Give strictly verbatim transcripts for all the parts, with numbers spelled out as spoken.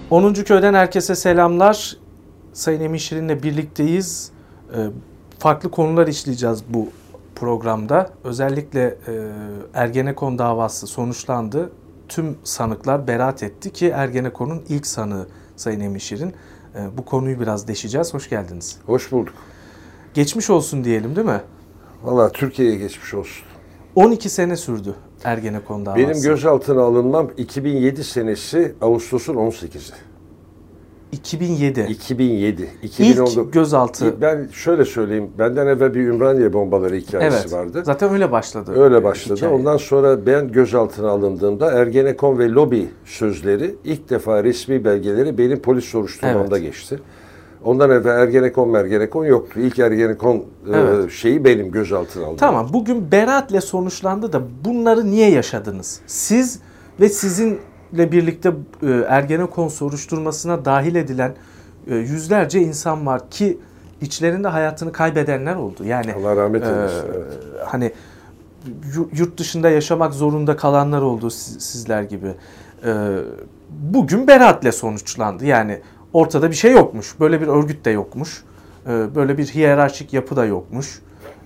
onuncu köyden herkese selamlar. Sayın Emin Şirin'le birlikteyiz. Farklı konular işleyeceğiz bu programda. Özellikle Ergenekon davası sonuçlandı. Tüm sanıklar beraat etti ki Ergenekon'un ilk sanığı Sayın Emin Şirin. Bu konuyu biraz deşeceğiz. Hoş geldiniz. Hoş bulduk. Geçmiş olsun diyelim, değil mi? Vallahi Türkiye'ye geçmiş olsun. on iki sene sürdü Ergenekon davası. Benim gözaltına alınmam iki bin yedi senesi Ağustos'un on sekizi. iki bin yedi. iki bin yedi. iki bin on dokuz. İlk gözaltı. Ben şöyle söyleyeyim. Benden evvel bir Ümraniye bombaları hikayesi evet, vardı. Zaten öyle başladı. Öyle başladı. Hikaye. Ondan sonra ben gözaltına alındığımda Ergenekon ve lobi sözleri ilk defa resmi belgeleri benim polis soruşturmamda evet. geçti. Ondan evvel Ergenekon Mergenekon yoktu. İlk Ergenekon evet. e, şeyi benim gözaltına aldım. Tamam, bugün beraatle sonuçlandı da bunları niye yaşadınız? Siz ve sizinle birlikte e, Ergenekon soruşturmasına dahil edilen e, yüzlerce insan var ki içlerinde hayatını kaybedenler oldu. Yani Allah rahmet eylesin. E, evet. Hani yurt dışında yaşamak zorunda kalanlar oldu siz, sizler gibi. E, bugün beraatle sonuçlandı. Yani ortada bir şey yokmuş. Böyle bir örgüt de yokmuş. Böyle bir hiyerarşik yapı da yokmuş.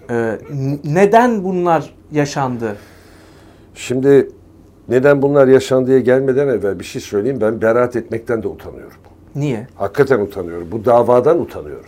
Neden bunlar yaşandı? Şimdi neden bunlar yaşandıya gelmeden evvel bir şey söyleyeyim. Ben beraat etmekten de utanıyorum. Niye? Hakikaten utanıyorum. Bu davadan utanıyorum.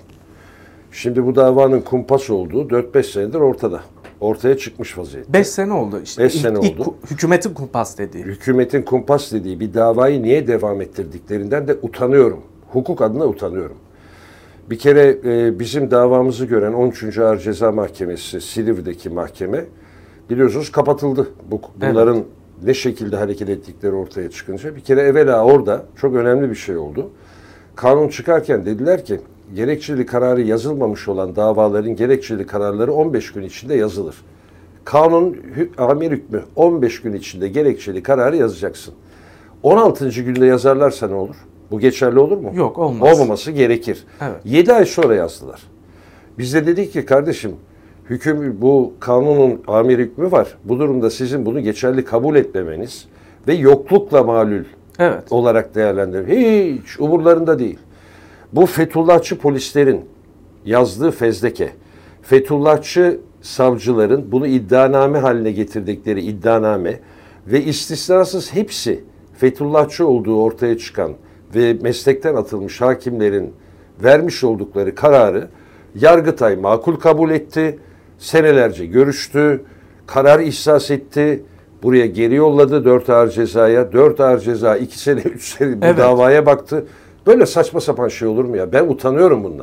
Şimdi bu davanın kumpas olduğu dört beş senedir ortada. Ortaya çıkmış vaziyette. beş sene oldu işte. beş İlk, sene ilk oldu. Hükümetin kumpas dediği. Hükümetin kumpas dediği bir davayı niye devam ettirdiklerinden de utanıyorum. Hukuk adına utanıyorum. Bir kere e, bizim davamızı gören on üçüncü Ağır Ceza Mahkemesi, Silivri'deki mahkeme biliyorsunuz kapatıldı. Bu, bunların evet. ne şekilde hareket ettikleri ortaya çıkınca. Bir kere evvela orada çok önemli bir şey oldu. Kanun çıkarken dediler ki gerekçeli kararı yazılmamış olan davaların gerekçeli kararları on beş gün içinde yazılır. Kanun amir hükmü on beş gün içinde gerekçeli kararı yazacaksın. on altıncı günde yazarlarsa ne olur? Bu geçerli olur mu? Yok, olmaz. Olmaması gerekir. Evet. yedi ay sonra yazdılar. Biz de dedik ki kardeşim hüküm, bu kanunun amir hükmü var. Bu durumda sizin bunu geçerli kabul etmemeniz ve yoklukla malul evet. olarak değerlendirmek hiç umurlarında değil. Bu Fethullahçı polislerin yazdığı fezleke, Fethullahçı savcıların bunu iddianame haline getirdikleri iddianame ve istisnasız hepsi Fethullahçı olduğu ortaya çıkan ve meslekten atılmış hakimlerin vermiş oldukları kararı Yargıtay makul kabul etti, senelerce görüştü, karar ihsas etti, buraya geri yolladı dört ağır cezaya, dört ağır ceza iki sene, üç sene bu evet. davaya baktı. Böyle saçma sapan şey olur mu ya? Ben utanıyorum bundan.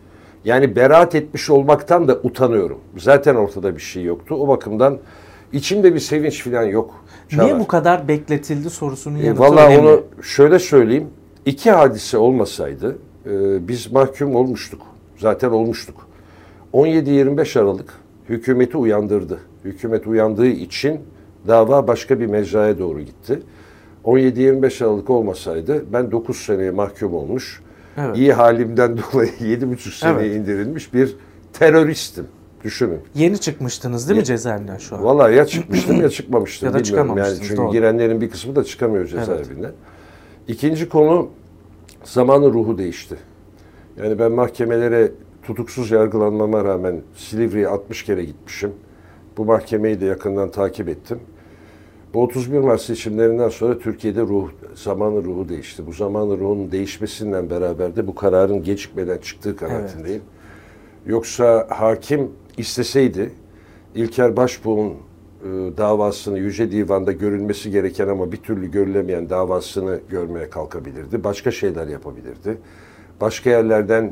Yani beraat etmiş olmaktan da utanıyorum. Zaten ortada bir şey yoktu. O bakımdan içimde bir sevinç falan yok. Çağlar. Niye bu kadar bekletildi sorusunun yanıtı e, Vallahi önemli. Onu şöyle söyleyeyim. İki hadise olmasaydı e, biz mahkum olmuştuk. Zaten olmuştuk. on yedi yirmi beş Aralık hükümeti uyandırdı. Hükümet uyandığı için dava başka bir mecraya doğru gitti. on yedi yirmi beş Aralık olmasaydı ben dokuz seneye mahkum olmuş, evet. iyi halimden dolayı yedi buçuk seneye evet. indirilmiş bir teröristim. Düşünün. Yeni çıkmıştınız değil mi cezaevinden şu an? Vallahi ya çıkmıştım ya çıkmamıştım. Ya da bilmiyorum yani. Çünkü doğru. girenlerin bir kısmı da çıkamıyor cezaevinden. Evet. İkinci konu, zamanın ruhu değişti. Yani ben mahkemelere tutuksuz yargılanmama rağmen Silivri'ye altmış kere gitmişim. Bu mahkemeyi de yakından takip ettim. Bu otuz bir Mart seçimlerinden sonra Türkiye'de ruh, zamanın ruhu değişti. Bu zamanın ruhunun değişmesinden beraber de bu kararın gecikmeden çıktığı kanaatindeyim. Evet. Yoksa hakim isteseydi İlker Başbuğ'un e, davasını Yüce Divan'da görülmesi gereken ama bir türlü görülemeyen davasını görmeye kalkabilirdi. Başka şeyler yapabilirdi. Başka yerlerden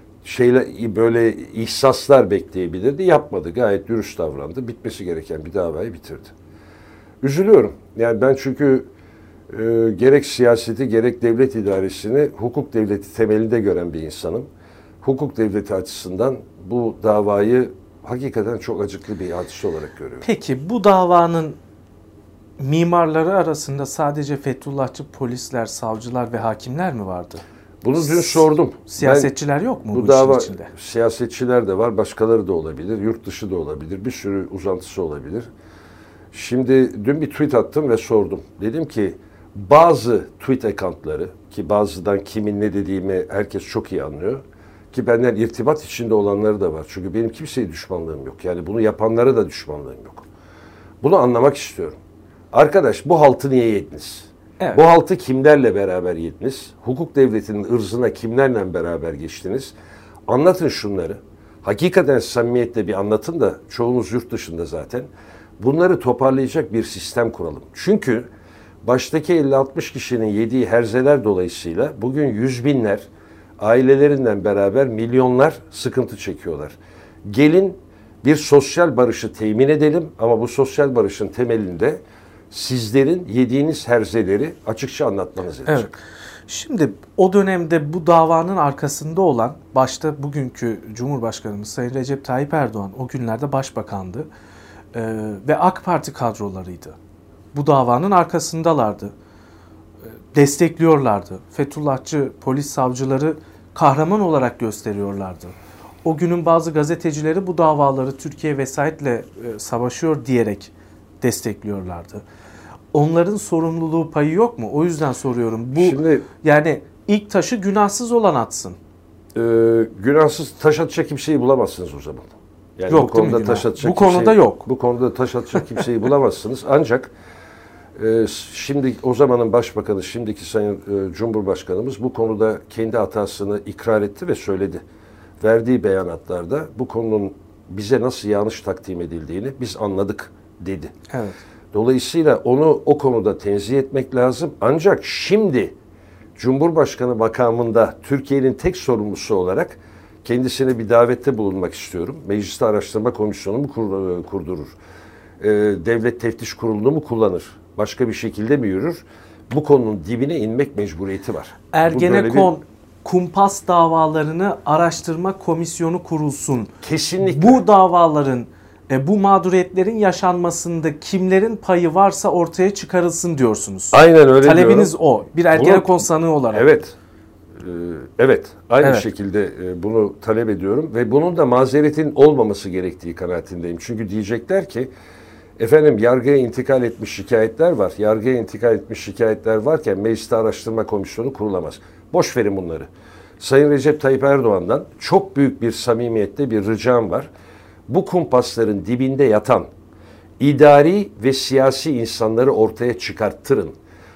şeyler, böyle ihsaslar bekleyebilirdi. Yapmadı. Gayet dürüst davrandı. Bitmesi gereken bir davayı bitirdi. Üzülüyorum. Yani ben çünkü e, gerek siyaseti gerek devlet idaresini hukuk devleti temelinde gören bir insanım. Hukuk devleti açısından bu davayı hakikaten çok acıklı bir hadise olarak görüyorum. Peki bu davanın mimarları arasında sadece Fethullahçı polisler, savcılar ve hakimler mi vardı? Bunu dün sordum. Siyasetçiler ben, yok mu bu, bu dava, işin içinde? Siyasetçiler de var, başkaları da olabilir, yurt dışı da olabilir, bir sürü uzantısı olabilir. Şimdi dün bir tweet attım ve sordum. Dedim ki bazı tweet accountları, ki bazıdan kimin ne dediğimi herkes çok iyi anlıyor. Ki benden irtibat içinde olanları da var. Çünkü benim kimseye düşmanlığım yok. Yani bunu yapanlara da düşmanlığım yok. Bunu anlamak istiyorum. Arkadaş, bu haltı niye yediniz? Evet. Bu haltı kimlerle beraber yediniz? Hukuk devletinin ırzına kimlerle beraber geçtiniz? Anlatın şunları. Hakikaten samimiyetle bir anlatın da, çoğunuz yurt dışında zaten. Bunları toparlayacak bir sistem kuralım. Çünkü baştaki elli altmış kişinin yediği herzeler dolayısıyla bugün yüz binler, ailelerinden beraber milyonlar sıkıntı çekiyorlar. Gelin bir sosyal barışı temin edelim, ama bu sosyal barışın temelinde sizlerin yediğiniz herzeleri açıkça anlatmanız gerekecek. Evet. Şimdi o dönemde bu davanın arkasında olan, başta bugünkü Cumhurbaşkanımız Sayın Recep Tayyip Erdoğan, o günlerde başbakandı ee, ve AK Parti kadrolarıydı. Bu davanın arkasındalardı. Destekliyorlardı. Fethullahçı polis savcıları kahraman olarak gösteriyorlardı. O günün bazı gazetecileri bu davaları Türkiye vesayetle e, savaşıyor diyerek destekliyorlardı. Onların sorumluluğu payı yok mu? O yüzden soruyorum. Bu Şimdi, yani ilk taşı günahsız olan atsın. E, günahsız taş atacak kimseyi bulamazsınız o zaman. Yani yok, bu konuda taş atacak bu konuda kimseyi, yok. Bu konuda taş atacak kimseyi bulamazsınız. Ancak e, şimdi o zamanın başbakanı, şimdiki Sayın e, Cumhurbaşkanımız bu konuda kendi hatasını ikrar etti ve söyledi. Verdiği beyanatlarda bu konunun bize nasıl yanlış takdim edildiğini biz anladık dedi. Evet. Dolayısıyla onu o konuda tenzih etmek lazım. Ancak şimdi Cumhurbaşkanı makamında Türkiye'nin tek sorumlusu olarak kendisine bir davette bulunmak istiyorum. Mecliste Araştırma Komisyonu mu kurdurur? Ee, Devlet Teftiş Kurulu'nu mu kullanır? Başka bir şekilde mi yürür? Bu konunun dibine inmek mecburiyeti var. Ergenekon bir... kumpas davalarını araştırma komisyonu kurulsun. Kesinlikle. Bu davaların, e, bu mağduriyetlerin yaşanmasında kimlerin payı varsa ortaya çıkarılsın diyorsunuz. Aynen öyle. Talebiniz diyorum. o. Bir Ergenekon sanığı olarak. Evet. Ee, evet. Aynı evet. şekilde e, bunu talep ediyorum ve bunun da mazeretin olmaması gerektiği kanaatindeyim. Çünkü diyecekler ki efendim yargıya intikal etmiş şikayetler var. Yargıya intikal etmiş şikayetler varken Mecliste Araştırma Komisyonu kurulamaz. Boş verin bunları. Sayın Recep Tayyip Erdoğan'dan çok büyük bir samimiyette bir ricam var. Bu kumpasların dibinde yatan idari ve siyasi insanları ortaya çıkarttırın.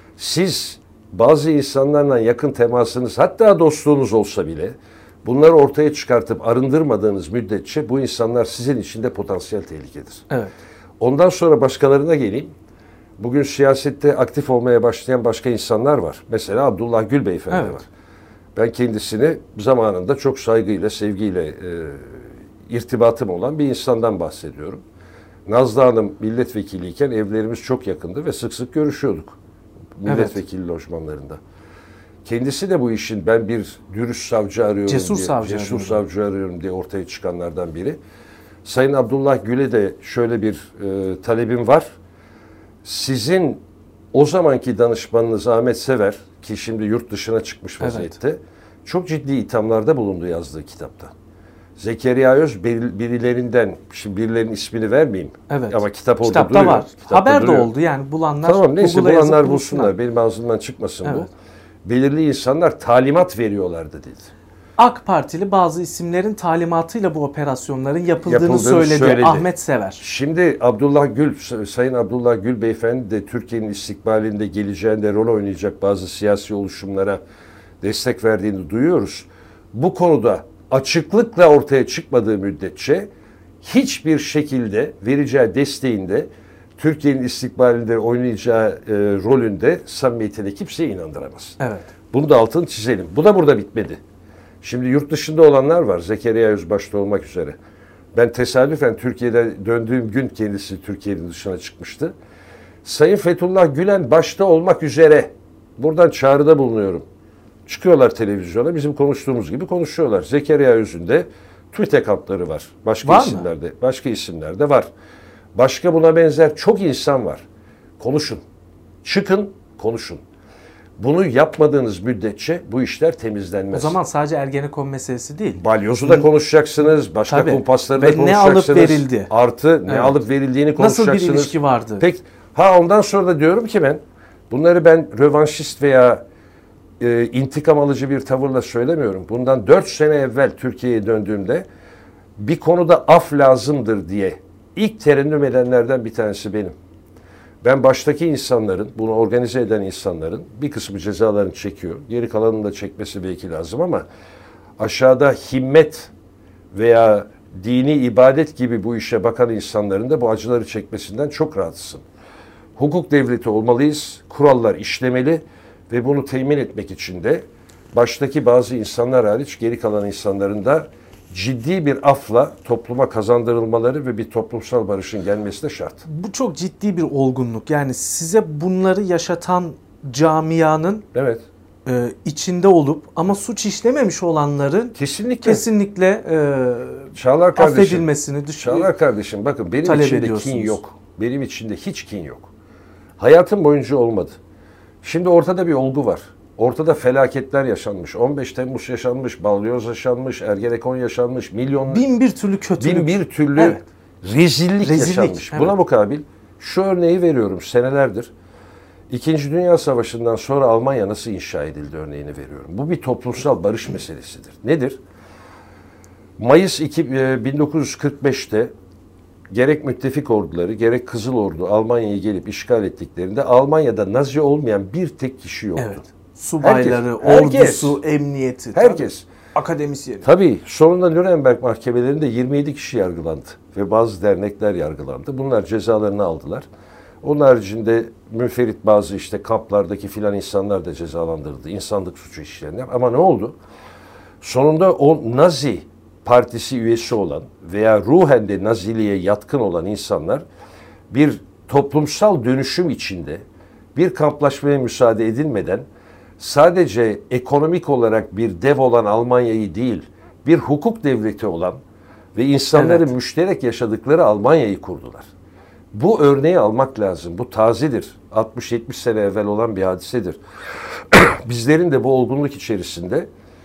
Siz bazı insanlarla yakın temasınız, hatta dostluğunuz olsa bile bunları ortaya çıkartıp arındırmadığınız müddetçe bu insanlar sizin için de potansiyel tehlikedir. Evet. Ondan sonra başkalarına geleyim. Bugün siyasette aktif olmaya başlayan başka insanlar var. Mesela Abdullah Gül Beyefendi evet. var. Ben kendisini zamanında çok saygıyla, sevgiyle e, irtibatım olan bir insandan bahsediyorum. Nazlı Hanım milletvekiliyken evlerimiz çok yakındı ve sık sık görüşüyorduk. Milletvekili evet. lojmanlarında. Kendisi de bu işin ben bir dürüst savcı arıyorum cesur diye, savcı cesur arıyorum. savcı arıyorum diye ortaya çıkanlardan biri. Sayın Abdullah Gül'e de şöyle bir e, talebim var. Sizin o zamanki danışmanınız Ahmet Sever, ki şimdi yurt dışına çıkmış vaziyette, evet. çok ciddi ithamlarda bulundu yazdığı kitapta. Zekeriya Öz birilerinden, şimdi birilerinin ismini vermeyeyim evet. ama kitap orada Kitapta duruyor. var. Kitapta Haber duruyor. de oldu yani bulanlar. Tamam neyse Google'a bulanlar bulsunlar. Benim ağzımdan çıkmasın evet. bu. Belirli insanlar talimat veriyorlardı dedi. AK Partili bazı isimlerin talimatıyla bu operasyonların yapıldığını, yapıldığını söyledi. söyledi Ahmet Sever. Şimdi Abdullah Gül, Sayın Abdullah Gül Beyefendi de Türkiye'nin istikbalinde geleceğinde rol oynayacak bazı siyasi oluşumlara destek verdiğini duyuyoruz. Bu konuda açıklıkla ortaya çıkmadığı müddetçe hiçbir şekilde vereceği desteğinde Türkiye'nin istikbalinde oynayacağı e, rolünde samimiyetine kimseye inandıramaz. Evet. Bunu da altını çizelim. Bu da burada bitmedi. Şimdi yurt dışında olanlar var. Zekeriya Öz başta olmak üzere. Ben tesadüfen Türkiye'de döndüğüm gün kendisi Türkiye'nin dışına çıkmıştı. Sayın Fethullah Gülen başta olmak üzere buradan çağrıda bulunuyorum. Çıkıyorlar televizyona bizim konuştuğumuz gibi konuşuyorlar. Zekeriya Öz'ün de tweet accountları var. Başka var isimlerde, mı? Başka isimlerde var. Başka buna benzer çok insan var. Konuşun. Çıkın, konuşun. Bunu yapmadığınız müddetçe bu işler temizlenmez. O zaman sadece Ergenekon meselesi değil. Balyozu da konuşacaksınız, başka Tabii. kumpasları da Ve konuşacaksınız. ne alıp verildi. Artı ne evet. alıp verildiğini konuşacaksınız. Nasıl bir ilişki vardı? Peki, ha ondan sonra da diyorum ki ben, Bunları ben rövanşist veya e, intikam alıcı bir tavırla söylemiyorum. Bundan dört sene evvel Türkiye'ye döndüğümde bir konuda af lazımdır diye ilk terennüm edenlerden bir tanesi benim. Ben baştaki insanların, bunu organize eden insanların bir kısmı cezalarını çekiyor. Geri kalanını da çekmesi belki lazım ama aşağıda himmet veya dini ibadet gibi bu işe bakan insanların da bu acıları çekmesinden çok rahatsızım. Hukuk devleti olmalıyız, kurallar işlemeli ve bunu temin etmek için de baştaki bazı insanlar hariç geri kalan insanların da ciddi bir afla topluma kazandırılmaları ve bir toplumsal barışın gelmesi de şart. Bu çok ciddi bir olgunluk. Yani size bunları yaşatan camianın evet. e, içinde olup ama suç işlememiş olanların kesinlikle kesinlikle e, Çağlar kardeşim, affedilmesini düşünüyorum. Çağlar kardeşim bakın benim içimde kin yok. Benim içinde hiç kin yok. Hayatım boyunca olmadı. Şimdi ortada bir olgu var. Ortada felaketler yaşanmış. on beş Temmuz yaşanmış, Balyoz yaşanmış, Ergenekon yaşanmış, milyon... Bin bir türlü kötülük. Bin bir türlü evet. rezillik, rezillik yaşanmış. Evet. Buna mukabil şu örneği veriyorum senelerdir. İkinci Dünya Savaşı'ndan sonra Almanya nasıl inşa edildi örneğini veriyorum. Bu bir toplumsal barış meselesidir. Nedir? Mayıs bin dokuz yüz kırk beşte gerek müttefik orduları gerek Kızıl Ordu Almanya'yı gelip işgal ettiklerinde Almanya'da Nazi olmayan bir tek kişi yoktu. Evet. Subayları, herkes, ordusu, herkes, emniyeti, herkes, tabii, akademisyeni. Tabii sonunda Nuremberg mahkemelerinde yirmi yedi kişi yargılandı ve bazı dernekler yargılandı. Bunlar cezalarını aldılar. Onun haricinde münferit bazı işte kamplardaki filan insanlar da cezalandırıldı. İnsanlık suçu işleyenler. Ama ne oldu? Sonunda o Nazi partisi üyesi olan veya ruhen de Naziliğe yatkın olan insanlar bir toplumsal dönüşüm içinde bir kamplaşmaya müsaade edilmeden sadece ekonomik olarak bir dev olan Almanya'yı değil, bir hukuk devleti olan ve insanların evet. müşterek yaşadıkları Almanya'yı kurdular. Bu örneği almak lazım. Bu tazedir. altmış yetmiş sene evvel olan bir hadisedir. Bizlerin de bu olgunluk içerisinde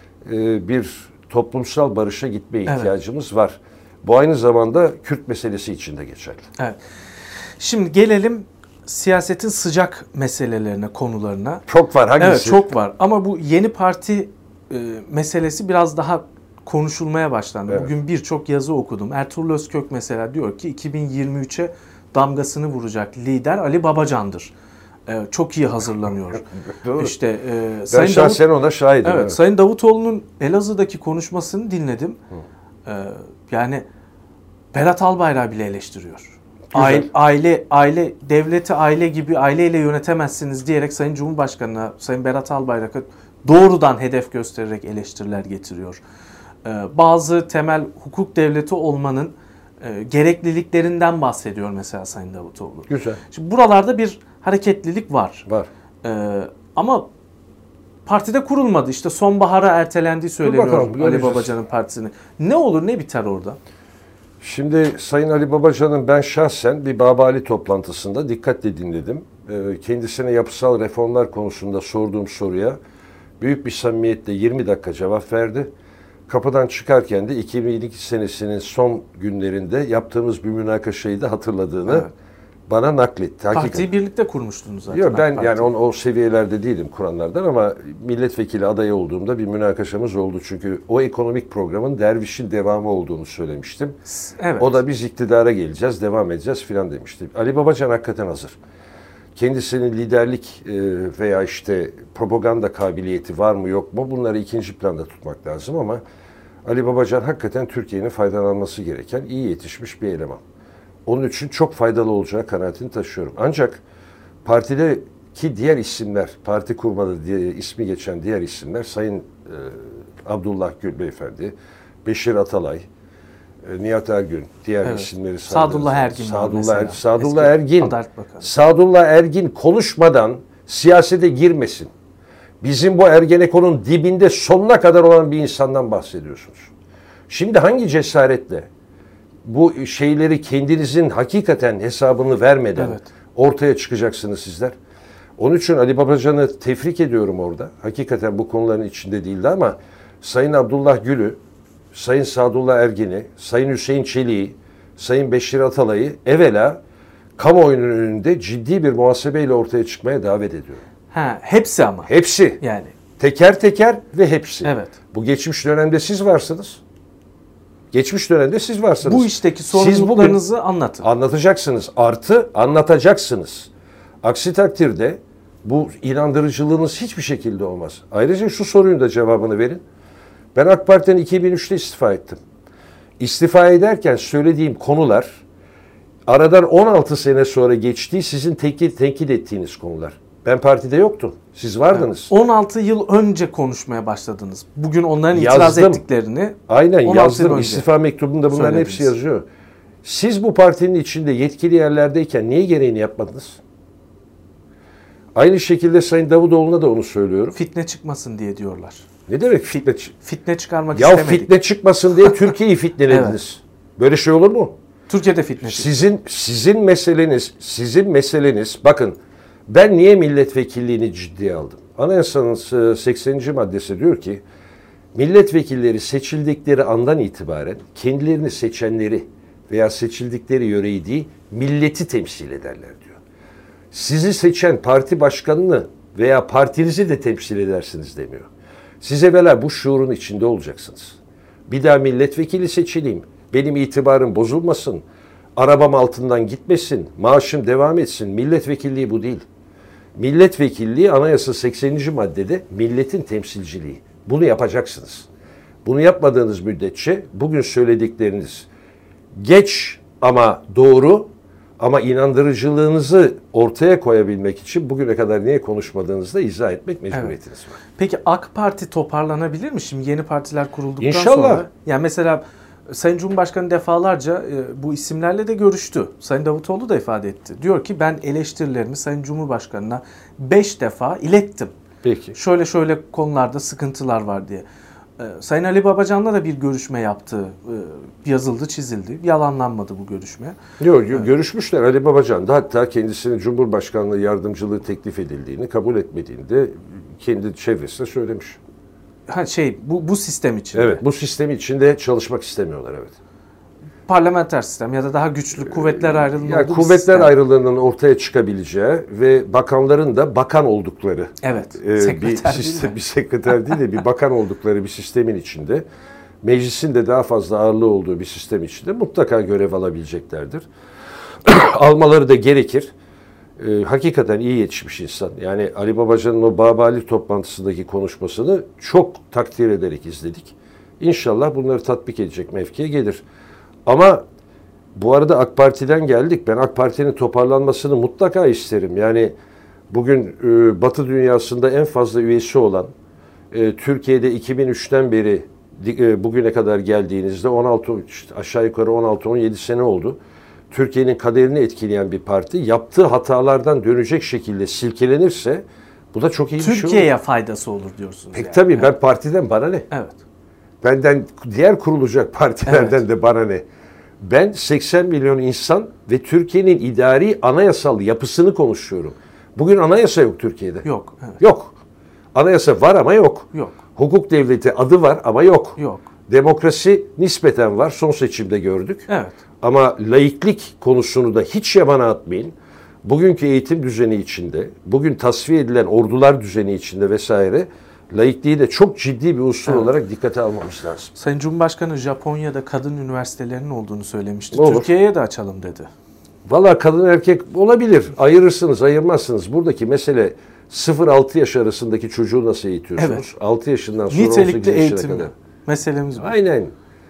e, bir toplumsal barışa gitmeye ihtiyacımız evet. var. Bu aynı zamanda Kürt meselesi için de geçerli. Evet. Şimdi gelelim siyasetin sıcak meselelerine, konularına. Çok var. Hangisi? Evet, çok var. Ama bu yeni parti e, meselesi biraz daha konuşulmaya başlandı. Evet. Bugün birçok yazı okudum. Ertuğrul Özkök mesela diyor ki iki bin yirmi üçe damgasını vuracak lider Ali Babacan'dır. Ee, çok iyi hazırlanıyor. Doğru. İşte e, ben Sayın şahsen Davut, ona şahidim. evet, evet. Sayın Davutoğlu'nun Elazığ'daki konuşmasını dinledim. Ee, yani Berat Albayrak bile eleştiriyor. Aile, aile, aile, devleti aile gibi aileyle yönetemezsiniz diyerek Sayın Cumhurbaşkanı'na, Sayın Berat Albayrak'a doğrudan hedef göstererek eleştiriler getiriyor. Ee, bazı temel hukuk devleti olmanın e, gerekliliklerinden bahsediyor mesela Sayın Davutoğlu. Güzel. Şimdi buralarda bir hareketlilik var. Var. Ee, ama partide kurulmadı. İşte sonbahara ertelendiği söyleniyor bakalım, Ali Babacan'ın partisini. Ne olur ne biter orada? Şimdi Sayın Ali Babacan'ın ben şahsen bir Babali toplantısında dikkatle dinledim. Ee, kendisine yapısal reformlar konusunda sorduğum soruya büyük bir samimiyetle yirmi dakika cevap verdi. Kapıdan çıkarken de iki bin iki senesinin son günlerinde yaptığımız bir münakaşayı da hatırladığını evet. bana nakletti. Hakikaten. Partiyi birlikte kurmuştunuz zaten. Yok ben yani on, o seviyelerde değilim kuranlardan ama milletvekili adayı olduğumda bir münakaşamız oldu. Çünkü o ekonomik programın dervişin devamı olduğunu söylemiştim. Evet. O da biz iktidara geleceğiz, devam edeceğiz filan demişti. Ali Babacan hakikaten hazır. Kendisinin liderlik veya işte propaganda kabiliyeti var mı yok mu bunları ikinci planda tutmak lazım ama Ali Babacan hakikaten Türkiye'nin faydalanması gereken iyi yetişmiş bir eleman. Onun için çok faydalı olacağı kanaatini taşıyorum. Ancak partideki diğer isimler, parti kurmadı diye ismi geçen diğer isimler Sayın e, Abdullah Gül Beyefendi, Beşir Atalay, e, Nihat Ergün, diğer evet. isimleri Sadullah Ergin. Sadullah, er, Sadullah Ergin. Sadullah Ergin konuşmadan siyasete girmesin. Bizim bu Ergenekon'un dibinde sonuna kadar olan bir insandan bahsediyorsunuz. Şimdi hangi cesaretle bu şeyleri kendinizin hakikaten hesabını vermeden evet. ortaya çıkacaksınız sizler? Onun için Ali Babacan'ı tebrik ediyorum orada. Hakikaten bu konuların içinde değildi ama Sayın Abdullah Gül'ü, Sayın Sadullah Ergin'i, Sayın Hüseyin Çelik'i, Sayın Beşir Atalay'ı evvela kamuoyunun önünde ciddi bir muhasebeyle ortaya çıkmaya davet ediyorum. Ha, hepsi ama. Hepsi. Yani. Teker teker ve hepsi. Evet. Bu geçmiş dönemde siz varsınız. Geçmiş dönemde siz varsınız. Bu işteki sorumluluklarınızı anlatın. Anlatacaksınız. Artı anlatacaksınız. Aksi takdirde bu inandırıcılığınız hiçbir şekilde olmaz. Ayrıca şu sorunun da cevabını verin. Ben AK Parti'den iki bin üçte istifa ettim. İstifa ederken söylediğim konular aradan on altı sene sonra geçtiği sizin tenkit, tenkit ettiğiniz konular. Ben partide yoktum. Siz vardınız. on altı yıl önce konuşmaya başladınız. Bugün onların itiraz yazdım. ettiklerini Aynen yazdım. İstifa mektubunda bunların söylediniz. Hepsi yazıyor. Siz bu partinin içinde yetkili yerlerdeyken niye gereğini yapmadınız? Aynı şekilde Sayın Davutoğlu'na da onu söylüyorum. Fitne çıkmasın diye diyorlar. Ne demek fitne? Fitne çıkarmak ya istemedik. Ya fitne çıkmasın diye Türkiye'yi fitnelediniz. Evet. Böyle şey olur mu? Türkiye'de fitne. Sizin sizin meseleniz, sizin meseleniz bakın ben niye milletvekilliğini ciddiye aldım? Anayasanın sekseninci maddesi diyor ki milletvekilleri seçildikleri andan itibaren kendilerini seçenleri veya seçildikleri yöreyi değil milleti temsil ederler diyor. Sizi seçen parti başkanını veya partinizi de temsil edersiniz demiyor. Siz evvela bu şuurun içinde olacaksınız. Bir daha milletvekili seçileyim, benim itibarım bozulmasın, arabam altından gitmesin, maaşım devam etsin. Milletvekilliği bu değil. Milletvekilliği Anayasa sekseninci maddede milletin temsilciliği. Bunu yapacaksınız. Bunu yapmadığınız müddetçe bugün söyledikleriniz geç ama doğru ama inandırıcılığınızı ortaya koyabilmek için bugüne kadar niye konuşmadığınızı da izah etmek mecburiyetiniz var. Peki AK Parti toparlanabilir mi? Şimdi yeni partiler kurulduktan İnşallah. sonra. Yani mesela Sayın Cumhurbaşkanı defalarca e, bu isimlerle de görüştü. Sayın Davutoğlu da ifade etti. Diyor ki ben eleştirilerimi Sayın Cumhurbaşkanı'na beş defa ilettim. Peki. Şöyle şöyle konularda sıkıntılar var diye. E, Sayın Ali Babacan'la da bir görüşme yaptı. E, yazıldı, çizildi. Yalanlanmadı bu görüşme. Yok, yok görüşmüşler. Ali Babacan da hatta kendisine Cumhurbaşkanlığı yardımcılığı teklif edildiğini kabul etmediğini de kendi çevresine söylemiş. Ha şey bu bu sistem için. Evet, bu sistem içinde çalışmak istemiyorlar, evet. Parlamenter sistem ya da daha güçlü kuvvetler ayrılığının yani olduğu kuvvetler sistem. ayrılığının ortaya çıkabileceği ve bakanların da bakan oldukları. Evet. E, bir sistem, bir sekreter değil de bir bakan oldukları bir sistemin içinde, meclisin de daha fazla ağırlığı olduğu bir sistem içinde mutlaka görev alabileceklerdir. Almaları da gerekir. Ee, hakikaten iyi yetişmiş insan. Yani Ali Babacan'ın o Babali toplantısındaki konuşmasını çok takdir ederek izledik. İnşallah bunları tatbik edecek mevkiye gelir. Ama bu arada AK Parti'den geldik. Ben AK Parti'nin toparlanmasını mutlaka isterim. Yani bugün e, Batı dünyasında en fazla üyesi olan, e, Türkiye'de iki bin üçten beri e, bugüne kadar geldiğinizde on altı aşağı yukarı on altı on yedi sene oldu. Türkiye'nin kaderini etkileyen bir parti yaptığı hatalardan dönecek şekilde silkelenirse bu da çok iyi bir şey olur. Türkiye'ye faydası olur diyorsunuz. Peki yani. tabii evet. Ben partiden bana ne? Evet. Benden diğer kurulacak partilerden evet. de bana ne? Ben seksen milyon insan ve Türkiye'nin idari anayasal yapısını konuşuyorum. Bugün anayasa yok Türkiye'de. Yok. Evet. Yok. Anayasa var ama yok. Yok. Hukuk devleti adı var ama yok. Yok. Demokrasi nispeten var. Son seçimde gördük. Evet. Ama laiklik konusunu da hiç yabana atmayın. Bugünkü eğitim düzeni içinde, bugün tasfiye edilen ordular düzeni içinde vesaire laikliği de çok ciddi bir unsur evet. olarak dikkate almamız lazım. Sayın Cumhurbaşkanı Japonya'da kadın üniversitelerinin olduğunu söylemişti. Olur. Türkiye'ye de açalım dedi. Valla kadın erkek olabilir. Ayırırsınız, ayırmazsınız. Buradaki mesele sıfır altı yaş arasındaki çocuğu nasıl eğitiyorsunuz? Evet. altı yaşından sonra nitelikli on sekiz yaşına eğitim kadar. Meselemiz bu. Aynen.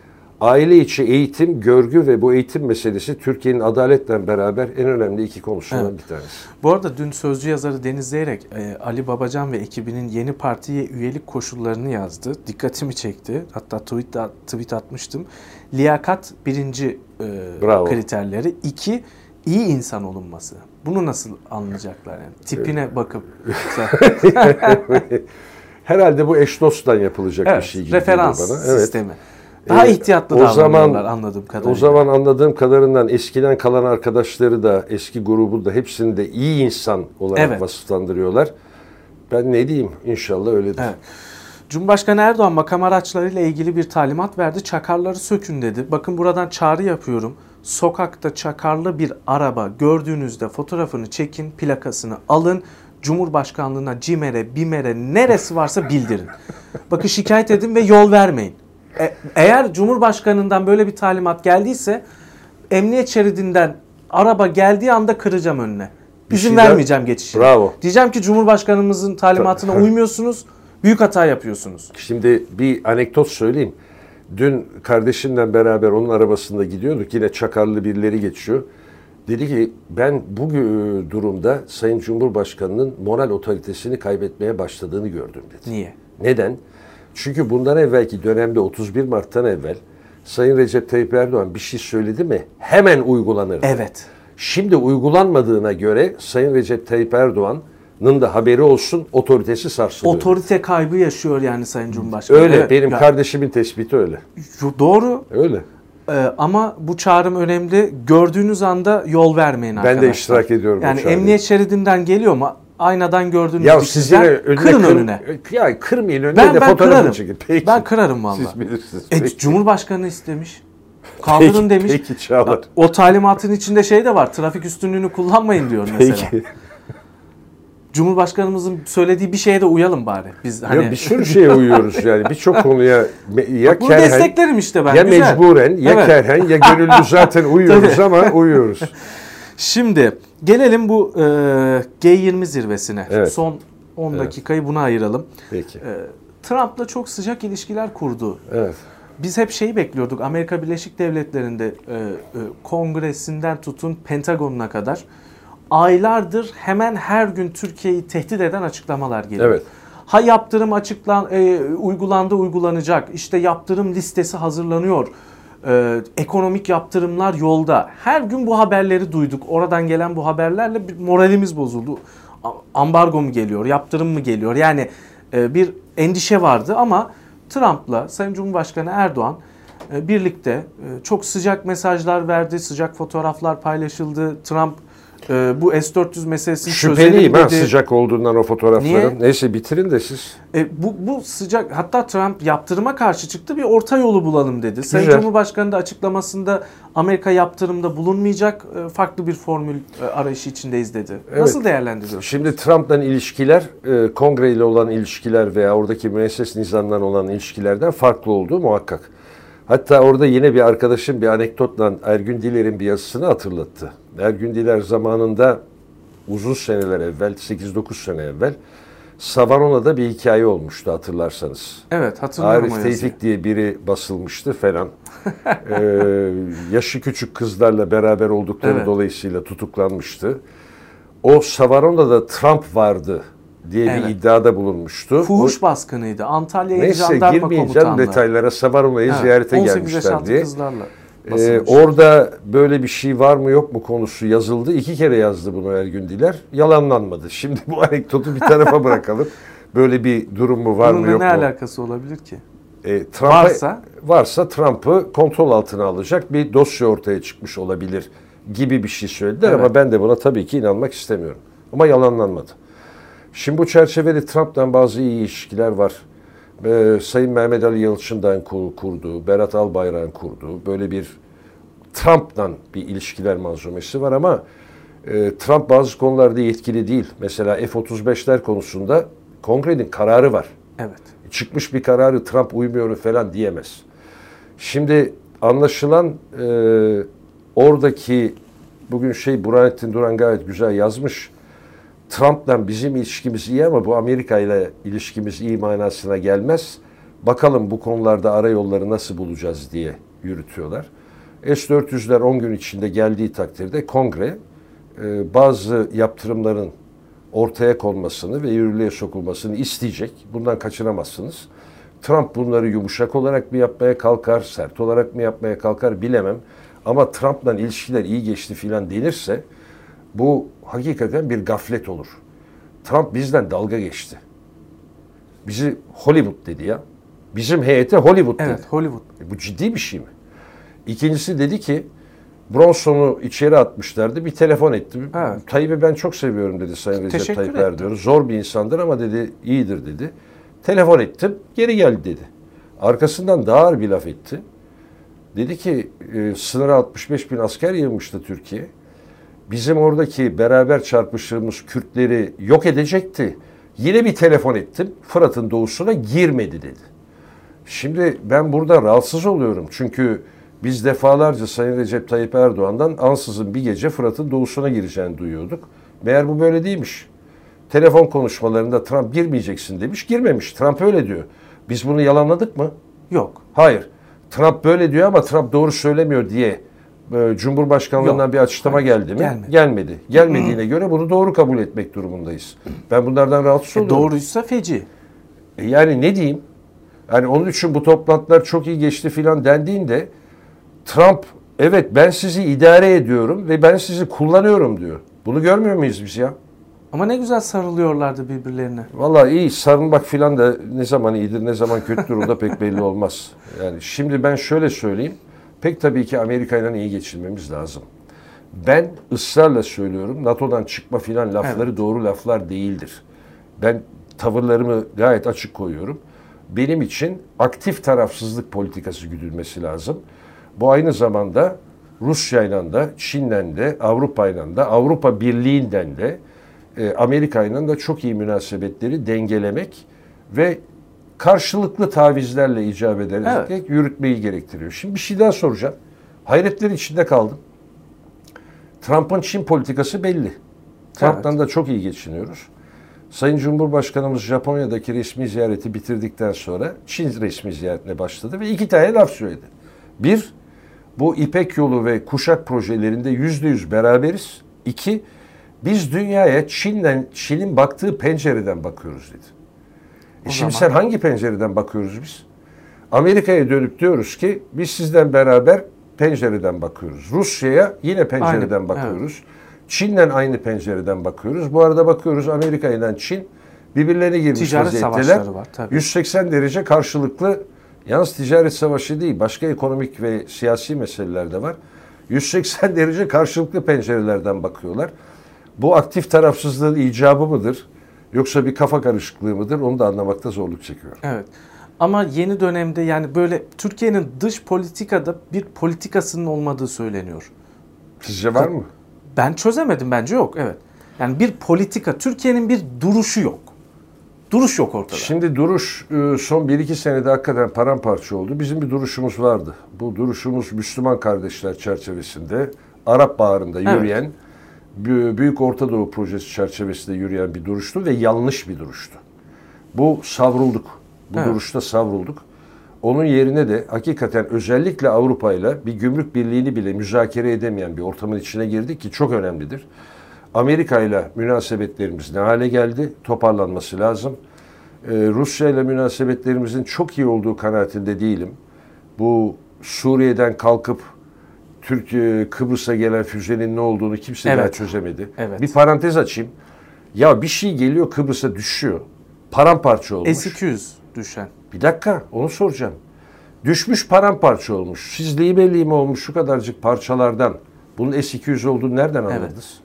Aile içi eğitim, görgü ve bu eğitim meselesi Türkiye'nin adaletle beraber en önemli iki konusundan evet. bir tanesi. Bu arada dün Sözcü yazarı Deniz Zeyrek, e, Ali Babacan ve ekibinin yeni partiye üyelik koşullarını yazdı. Dikkatimi çekti. Hatta tweet, tweet atmıştım. Liyakat birinci e, kriterleri. İki, iyi insan olunması. Bunu nasıl anlayacaklar yani? Tipine bakıp. Herhalde bu eş dosttan yapılacak evet, bir şey gibi referans bana. Evet. sistemi. Daha ihtiyatlı o zaman anladığım kadarıyla. O zaman anladığım kadarından eskiden kalan arkadaşları da eski grubu da hepsini de iyi insan olarak evet. vasıflandırıyorlar. Ben ne diyeyim? İnşallah öyledir. Evet. Cumhurbaşkanı Erdoğan makam araçlarıyla ilgili bir talimat verdi. Çakarları sökün dedi. Bakın buradan çağrı yapıyorum. Sokakta çakarlı bir araba gördüğünüzde fotoğrafını çekin, plakasını alın. Cumhurbaşkanlığına, CİMER'e, BİMER'e neresi varsa bildirin. Bakın şikayet edin ve yol vermeyin. E, eğer Cumhurbaşkanı'ndan böyle bir talimat geldiyse emniyet şeridinden araba geldiği anda kıracağım önüne. İzin şey vermeyeceğim geçişine. Bravo. Diyeceğim ki Cumhurbaşkanımızın talimatına uymuyorsunuz. Büyük hata yapıyorsunuz. Şimdi bir anekdot söyleyeyim. Dün kardeşimle beraber onun arabasında gidiyorduk. Yine çakarlı birileri geçiyor. Dedi ki ben bu durumda Sayın Cumhurbaşkanı'nın moral otoritesini kaybetmeye başladığını gördüm dedi. Niye? Neden? Çünkü bundan evvelki dönemde otuz bir Mart'tan evvel Sayın Recep Tayyip Erdoğan bir şey söyledi mi hemen uygulanırdı. Evet. Şimdi uygulanmadığına göre Sayın Recep Tayyip Erdoğan'ın da haberi olsun, otoritesi sarsılıyor. Otorite kaybı yaşıyor yani Sayın Cumhurbaşkanı. Öyle. Evet. Benim ya, kardeşimin tespiti öyle. Doğru. Öyle. Ee, ama bu çağrım önemli. Gördüğünüz anda yol vermeyin arkadaşlar. Ben de iştirak ediyorum. Yani emniyet şeridinden geliyor mu? Aynadan gördüğünüz ya siz yine önüne kırın kır, önüne. Ya kırmayın önüne ben, de ben fotoğrafını kırarım. çekin. Peki. Ben kırarım valla. Siz bilirsiniz. E, Peki. Cumhurbaşkanı istemiş. Kaldırın peki, demiş. Peki Çağlar. O talimatın içinde şey de var. Trafik üstünlüğünü kullanmayın diyor mesela. Peki. Cumhurbaşkanımızın söylediği bir şeye de uyalım bari. Biz hani Ya bir sürü şeye uyuyoruz yani. Birçok konuya ya bunu kerhen, desteklerim işte ben. ya Güzel. mecburen, ya Evet. kerhen, ya gönüllü zaten uyuyoruz ama uyuyoruz. Şimdi gelelim bu e, G yirmi zirvesine. Evet. Son on dakikayı buna ayıralım. Peki. E, Trump'la çok sıcak ilişkiler kurdu. Evet. Biz hep şeyi bekliyorduk. Amerika Birleşik Devletleri'nde e, e, kongresinden tutun Pentagon'una kadar aylardır hemen her gün Türkiye'yi tehdit eden açıklamalar geliyor. Evet. Ha yaptırım açıklan e, uygulandı uygulanacak. İşte yaptırım listesi hazırlanıyor. E, ekonomik yaptırımlar yolda. Her gün bu haberleri duyduk. Oradan gelen bu haberlerle bir moralimiz bozuldu. Ambargo mu geliyor, yaptırım mı geliyor? Yani e, bir endişe vardı ama Trump'la Sayın Cumhurbaşkanı Erdoğan e, birlikte e, çok sıcak mesajlar verdi, sıcak fotoğraflar paylaşıldı. Trump e, bu S dört yüz meselesini çözelim Şüpheliyim ha dedi. sıcak olduğundan o fotoğrafların. Niye? Neyse bitirin de siz. E, bu, bu sıcak, hatta Trump yaptırıma karşı çıktı, bir orta yolu bulalım dedi. Sayın Güzel. Cumhurbaşkanı da açıklamasında Amerika yaptırımda bulunmayacak, e, farklı bir formül e, arayışı içindeyiz dedi. Evet. Nasıl değerlendiriyorsunuz? Şimdi Trump'la ilişkiler, e, kongre ile olan ilişkiler veya oradaki müesses nizamdan olan ilişkilerden farklı olduğu muhakkak. Hatta orada yine bir arkadaşım bir anekdotla Ergün Diler'in bir yazısını hatırlattı. Ergün Diler zamanında uzun seneler evvel, sekiz dokuz sene evvel Savanona'da bir hikaye olmuştu hatırlarsanız. Evet, hatırlıyorum Arif o yazıyı. Tevfik diye biri basılmıştı falan. ee, yaşı küçük kızlarla beraber oldukları Evet. dolayısıyla tutuklanmıştı. O Savanona'da Trump vardı diye Evet. bir iddiada bulunmuştu. Fuhuş O, baskınıydı. Antalya İl neyse Jandarma girmeyeceğim Komutanlığı. detaylara. Savanona'yı Evet, ziyarete on sekiz yaş gelmişler altı diye. kızlarla Ee, basılmış. orada böyle bir şey var mı yok mu konusu yazıldı. İki kere yazdı bunu Ergün Diler. Yalanlanmadı. Şimdi bu anekdotu bir tarafa bırakalım. Böyle bir durum mu var Bununla mı yok ne mu? alakası olabilir ki? E, Trump'a, Varsa? varsa Trump'ı kontrol altına alacak bir dosya ortaya çıkmış olabilir gibi bir şey söylediler Evet. ama ben de buna tabii ki inanmak istemiyorum. Ama yalanlanmadı. Şimdi bu çerçevede Trump'tan bazı iyi ilişkiler var. Ee, Sayın Mehmet Ali Yalçın'dan kurduğu, Berat Albayrak'ın kurduğu böyle bir Trump'tan bir ilişkiler manzumesi var ama e, Trump bazı konularda yetkili değil. Mesela F otuz beşler konusunda kongrenin kararı var. Evet. Çıkmış bir kararı Trump uymuyor falan diyemez. Şimdi anlaşılan e, oradaki bugün şey Burhanettin Duran gayet güzel yazmış. Trump'la bizim ilişkimiz iyi ama bu Amerika ile ilişkimiz iyi manasına gelmez. Bakalım bu konularda ara yolları nasıl bulacağız diye yürütüyorlar. S dört yüzler on gün içinde geldiği takdirde kongre e, bazı yaptırımların ortaya konmasını ve yürürlüğe sokulmasını isteyecek. Bundan kaçınamazsınız. Trump bunları yumuşak olarak mı yapmaya kalkar, sert olarak mı yapmaya kalkar bilemem. Ama Trump'la ilişkiler iyi geçti filan denirse bu hakikaten bir gaflet olur. Trump bizden dalga geçti. Bizi Hollywood dedi ya. Bizim heyete Hollywood dedi. Evet, Hollywood. E bu ciddi bir şey mi? İkincisi dedi ki Bronson'u içeri atmışlardı. Bir telefon ettim. Evet. Tayyip'i ben çok seviyorum dedi Sayın Recep Teşekkür Tayyip ettim. Erdoğan. Zor bir insandır ama dedi iyidir dedi. Telefon ettim. Geri geldi dedi. Arkasından daha ağır bir laf etti. Dedi ki e, sınıra altmış beş bin asker yığmıştı Türkiye. Bizim oradaki beraber çarpıştığımız Kürtleri yok edecekti. Yine bir telefon ettim. Fırat'ın doğusuna girmedi dedi. Şimdi ben burada rahatsız oluyorum. Çünkü biz defalarca Sayın Recep Tayyip Erdoğan'dan ansızın bir gece Fırat'ın doğusuna gireceğini duyuyorduk. Meğer bu böyle değilmiş. Telefon konuşmalarında Trump girmeyeceksin demiş. Girmemiş. Trump öyle diyor. Biz bunu yalanladık mı? Yok. Hayır. Trump böyle diyor ama Trump doğru söylemiyor diye e, Cumhurbaşkanlığından Yok. bir açıklama Hayır. geldi mi? Gelmedi. Gelmedi. Gelmediğine göre bunu doğru kabul etmek durumundayız. Ben bunlardan rahatsız e, oluyorum. Doğruysa feci. E, yani ne diyeyim? Yani onun için bu toplantılar çok iyi geçti filan dendiğinde Trump evet ben sizi idare ediyorum ve ben sizi kullanıyorum diyor. Bunu görmüyor muyuz biz ya? Ama ne güzel sarılıyorlardı birbirlerine. Vallahi iyi sarılmak filan da ne zaman iyidir ne zaman kötüdür o da pek belli olmaz. Yani şimdi ben şöyle söyleyeyim. Pek tabii ki Amerika ile iyi geçinmemiz lazım. Ben ısrarla söylüyorum NATO'dan çıkma filan lafları evet. doğru laflar değildir. Ben tavırlarımı gayet açık koyuyorum. Benim için aktif tarafsızlık politikası güdülmesi lazım. Bu aynı zamanda Rusya'yla da, Çin'le de, Avrupa'yla da, Avrupa Birliği'nden de, e, Amerika'yla da çok iyi münasebetleri dengelemek ve karşılıklı tavizlerle icap ederek evet. yürütmeyi gerektiriyor. Şimdi bir şey daha soracağım. Hayretler içinde kaldım. Trump'ın Çin politikası belli. Trump'tan evet. da çok iyi geçiniyoruz. Sayın Cumhurbaşkanımız Japonya'daki resmi ziyareti bitirdikten sonra Çin resmi ziyaretine başladı ve iki tane laf söyledi. Bir, bu İpek Yolu ve Kuşak projelerinde yüzde yüz beraberiz. İki, biz dünyaya Çin'den, Çin'in baktığı pencereden bakıyoruz dedi. E şimdi sen hangi pencereden bakıyoruz biz? Amerika'ya dönüp diyoruz ki biz sizden beraber pencereden bakıyoruz. Rusya'ya yine pencereden aynı, bakıyoruz. Evet. Çin'le aynı pencereden bakıyoruz. Bu arada bakıyoruz Amerika ile Çin birbirlerine girmiş ticaret vaziyetteler. Var, tabii. yüz seksen derece karşılıklı, yalnız ticaret savaşı değil, başka ekonomik ve siyasi meseleler de var. yüz seksen derece karşılıklı pencerelerden bakıyorlar. Bu aktif tarafsızlığın icabı mıdır? Yoksa bir kafa karışıklığı mıdır? Onu da anlamakta zorluk çekiyorum. Evet. Ama yeni dönemde yani böyle Türkiye'nin dış politikada bir politikasının olmadığı söyleniyor. Sizce var mı? Ben çözemedim, bence yok. Evet. Yani bir politika, Türkiye'nin bir duruşu yok. Duruş yok ortada. Şimdi duruş son bir iki senede hakikaten paramparça oldu. Bizim bir duruşumuz vardı. Bu duruşumuz Müslüman kardeşler çerçevesinde, Arap Baharı'nda yürüyen, evet. Büyük Orta Doğu Projesi çerçevesinde yürüyen bir duruştu ve yanlış bir duruştu. Bu savrulduk. Bu evet. duruşta savrulduk. Onun yerine de hakikaten özellikle Avrupa ile bir gümrük birliğini bile müzakere edemeyen bir ortamın içine girdik ki çok önemlidir. Amerika ile münasebetlerimiz ne hale geldi? Toparlanması lazım. Ee, Rusya ile münasebetlerimizin çok iyi olduğu kanaatinde değilim. Bu Suriye'den kalkıp Türkiye Kıbrıs'a gelen füzenin ne olduğunu kimse evet. daha çözemedi. Evet. Bir parantez açayım. Ya bir şey geliyor Kıbrıs'a düşüyor. Paramparça olmuş. S iki yüz düşen. Bir dakika onu soracağım. Düşmüş paramparça olmuş. Siz lime lime olmuş şu kadarcık parçalardan bunun S iki yüz olduğunu nereden anladınız? Evet.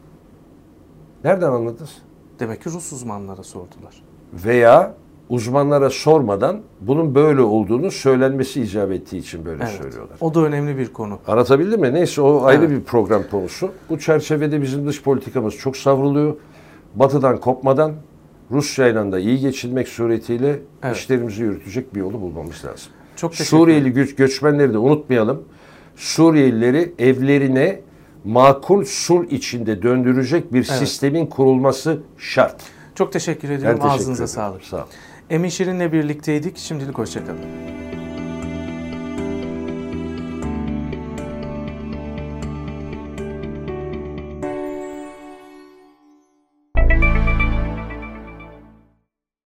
Nereden anladınız? Demek ki Rus uzmanlara sordular. Veya uzmanlara sormadan bunun böyle olduğunu söylenmesi icap ettiği için böyle evet. söylüyorlar. O da önemli bir konu. Anlatabildim mi? Neyse o ayrı evet. bir program konusu. Bu çerçevede bizim dış politikamız çok savruluyor. Batı'dan kopmadan Rusya'yla da iyi geçinmek suretiyle evet. işlerimizi yürütecek bir yolu bulmamız lazım. Çok Suriyeli gö- göçmenleri de unutmayalım. Suriyelileri evlerine makul sulh içinde döndürecek bir evet. sistemin kurulması şart. Çok teşekkür ediyorum. Ben teşekkür Ağzınıza ederim. sağlık. Sağ olun. Emin Şirin'le birlikteydik. Şimdilik hoşçakalın.